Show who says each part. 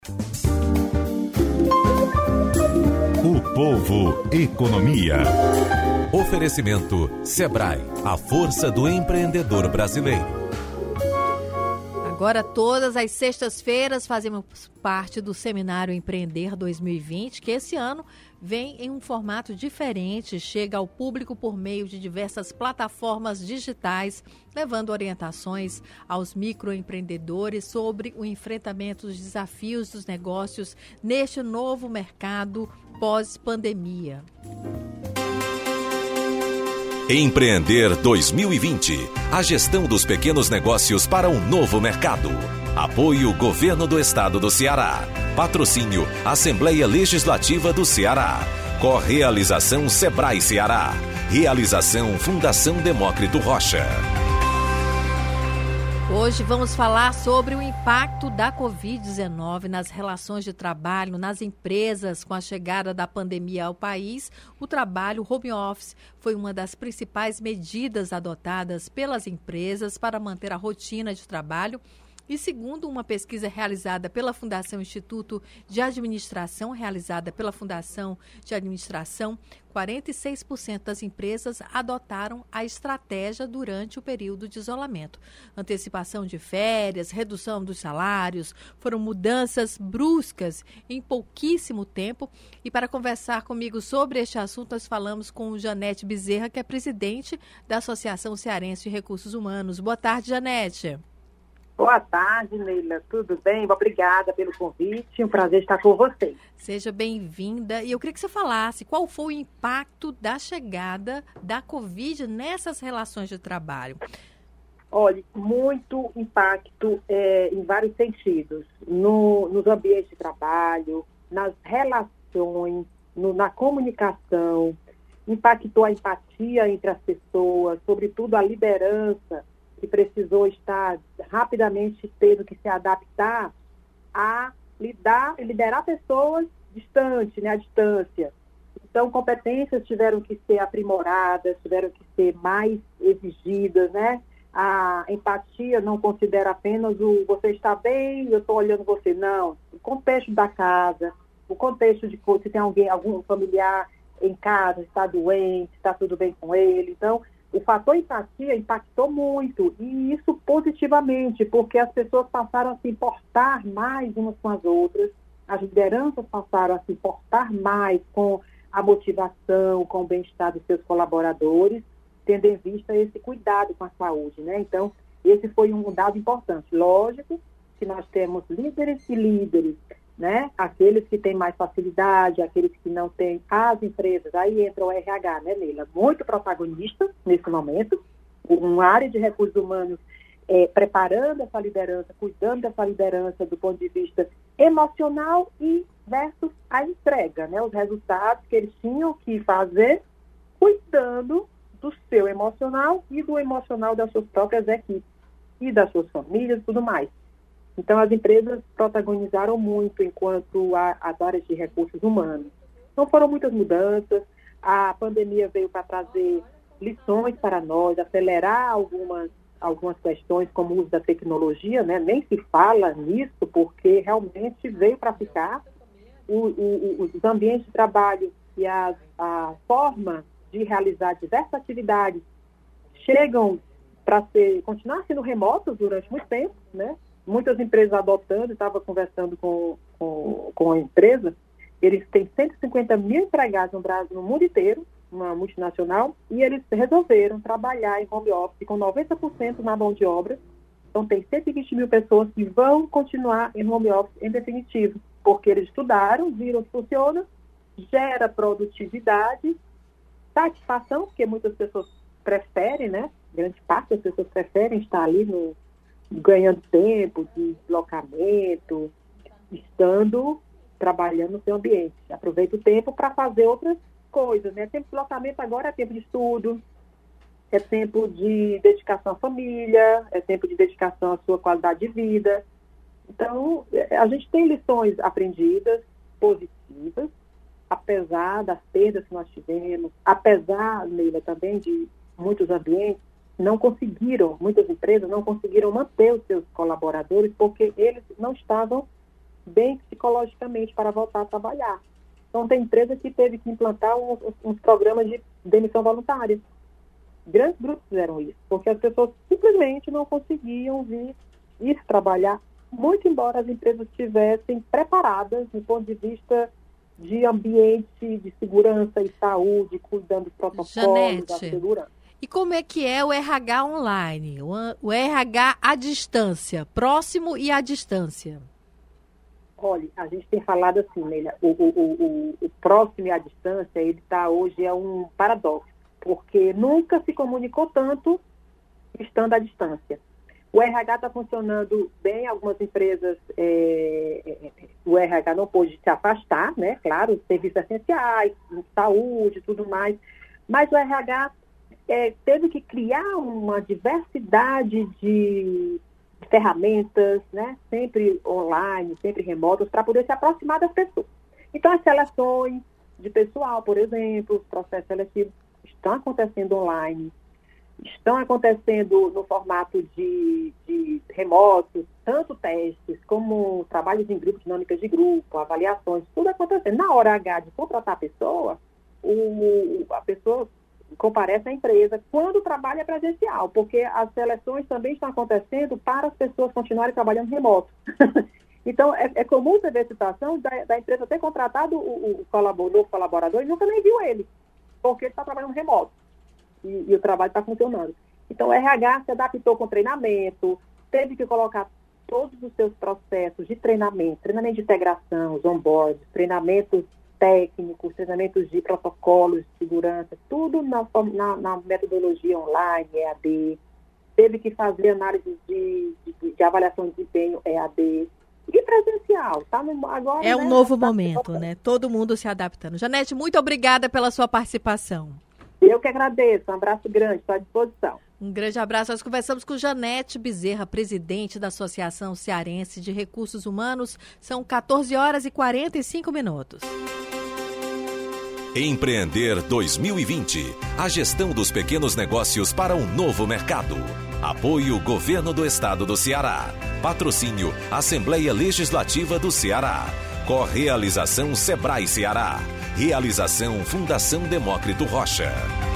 Speaker 1: O Povo Economia.
Speaker 2: Oferecimento Sebrae, a força do empreendedor brasileiro.
Speaker 3: Agora, todas as sextas-feiras, fazemos parte do Seminário Empreender 2020, que esse ano vem em um formato diferente, chega ao público por meio de diversas plataformas digitais, levando orientações aos microempreendedores sobre o enfrentamento dos desafios dos negócios neste novo mercado pós-pandemia.
Speaker 2: Empreender 2020. A gestão dos pequenos negócios para um novo mercado. Apoio Governo do Estado do Ceará. Patrocínio Assembleia Legislativa do Ceará. Correalização Sebrae Ceará. Realização Fundação Demócrito Rocha.
Speaker 3: Hoje vamos falar sobre o impacto da Covid-19 nas relações de trabalho, nas empresas. Com a chegada da pandemia ao país, o trabalho home office foi uma das principais medidas adotadas pelas empresas para manter a rotina de trabalho. E segundo uma pesquisa realizada pela Fundação Instituto de Administração, 46% das empresas adotaram a estratégia durante o período de isolamento. Antecipação de férias, redução dos salários, foram mudanças bruscas em pouquíssimo tempo. E para conversar comigo sobre este assunto, nós falamos com Janete Bezerra, que é presidente da Associação Cearense de Recursos Humanos. Boa tarde, Janete.
Speaker 4: Boa tarde, Neila. Tudo bem? Obrigada pelo convite. Um prazer estar com você.
Speaker 3: Seja bem-vinda. E eu queria que você falasse qual foi o impacto da chegada da Covid nessas relações de trabalho.
Speaker 4: Olha, muito impacto em vários sentidos. Nos ambientes de trabalho, nas relações, na comunicação. Impactou a empatia entre as pessoas, sobretudo a liderança, que precisou estar rapidamente tendo que se adaptar a liderar pessoas distantes, à distância. Então, competências tiveram que ser aprimoradas, tiveram que ser mais exigidas, né? A empatia não considera apenas o você está bem, eu estou olhando você, não. O contexto da casa, o contexto de se tem algum familiar em casa, está doente, está tudo bem com ele. Então, o fator empatia impactou muito, e isso positivamente, porque as pessoas passaram a se importar mais umas com as outras, as lideranças passaram a se importar mais com a motivação, com o bem-estar dos seus colaboradores, tendo em vista esse cuidado com a saúde, né? Então, esse foi um dado importante. Lógico que nós temos líderes e líderes, né? Aqueles que têm mais facilidade, aqueles que não têm, as empresas, aí entra o RH, né, Leila? Muito protagonista nesse momento, uma área de recursos humanos preparando essa liderança, cuidando dessa liderança do ponto de vista emocional e versus a entrega, né? Os resultados que eles tinham que fazer, cuidando do seu emocional e do emocional das suas próprias equipes e das suas famílias e tudo mais. Então, as empresas protagonizaram muito enquanto as áreas de recursos humanos. Não foram muitas mudanças, a pandemia veio para trazer lições para nós, acelerar algumas questões como o uso da tecnologia, né? Nem se fala nisso, porque realmente veio para ficar. Os ambientes de trabalho e a forma de realizar diversas atividades chegam para continuar sendo remotos durante muito tempo, né? Muitas empresas adotando, estava conversando com a empresa, eles têm 150 mil empregados no Brasil, no mundo inteiro, uma multinacional, e eles resolveram trabalhar em home office com 90% na mão de obra. Então, tem 120 mil pessoas que vão continuar em home office em definitivo, porque eles estudaram, viram que funciona, gera produtividade, satisfação, porque muitas pessoas preferem, né? Grande parte das pessoas preferem estar ali ganhando tempo de deslocamento, trabalhando no seu ambiente. Aproveita o tempo para fazer outras coisas, né? Tempo de deslocamento agora é tempo de estudo, é tempo de dedicação à família, é tempo de dedicação à sua qualidade de vida. Então, a gente tem lições aprendidas, positivas, apesar das perdas que nós tivemos, apesar, Neila, também de muitos ambientes muitas empresas não conseguiram manter os seus colaboradores porque eles não estavam bem psicologicamente para voltar a trabalhar. Então, tem empresa que teve que implantar uns programas de demissão voluntária. Grandes grupos fizeram isso, porque as pessoas simplesmente não conseguiam ir trabalhar, muito embora as empresas estivessem preparadas do ponto de vista de ambiente, de segurança e saúde, cuidando dos protocolos,
Speaker 3: Janete,
Speaker 4: da segurança.
Speaker 3: E como é que é o RH online, o RH à distância, próximo e à distância?
Speaker 4: Olha, a gente tem falado assim, Neila, o próximo e à distância, ele hoje é um paradoxo, porque nunca se comunicou tanto estando à distância. O RH está funcionando bem, algumas empresas, o RH não pôde se afastar, né? Claro, serviços essenciais, saúde e tudo mais, mas o RH teve que criar uma diversidade de ferramentas, né? Sempre online, sempre remotas, para poder se aproximar das pessoas. Então, as seleções de pessoal, por exemplo, os processos seletivos estão acontecendo online, estão acontecendo no formato de remotos, tanto testes como trabalhos em grupo, dinâmicas de grupo, avaliações, tudo acontecendo. Na hora H de contratar a pessoa comparece à empresa quando o trabalho é presencial, porque as seleções também estão acontecendo para as pessoas continuarem trabalhando remoto. Então, é comum você ver a situação da empresa ter contratado o colaborador e nunca nem viu ele, porque ele está trabalhando remoto e o trabalho está funcionando. Então, o RH se adaptou com treinamento, teve que colocar todos os seus processos de treinamento de integração, os onboards, treinamentos técnicos, treinamentos de protocolos de segurança, tudo na metodologia online, EAD. Teve que fazer análise de avaliação de desempenho, EAD. E presencial. Agora,
Speaker 3: um novo momento, né? Todo mundo se adaptando. Janete, muito obrigada pela sua participação.
Speaker 4: Eu que agradeço. Um abraço grande, estou à disposição.
Speaker 3: Um grande abraço. Nós conversamos com Janete Bezerra, presidente da Associação Cearense de Recursos Humanos. São 14h45.
Speaker 2: Empreender 2020. A gestão dos pequenos negócios para um novo mercado. Apoio Governo do Estado do Ceará. Patrocínio Assembleia Legislativa do Ceará. Correalização Sebrae Ceará. Realização Fundação Demócrito Rocha.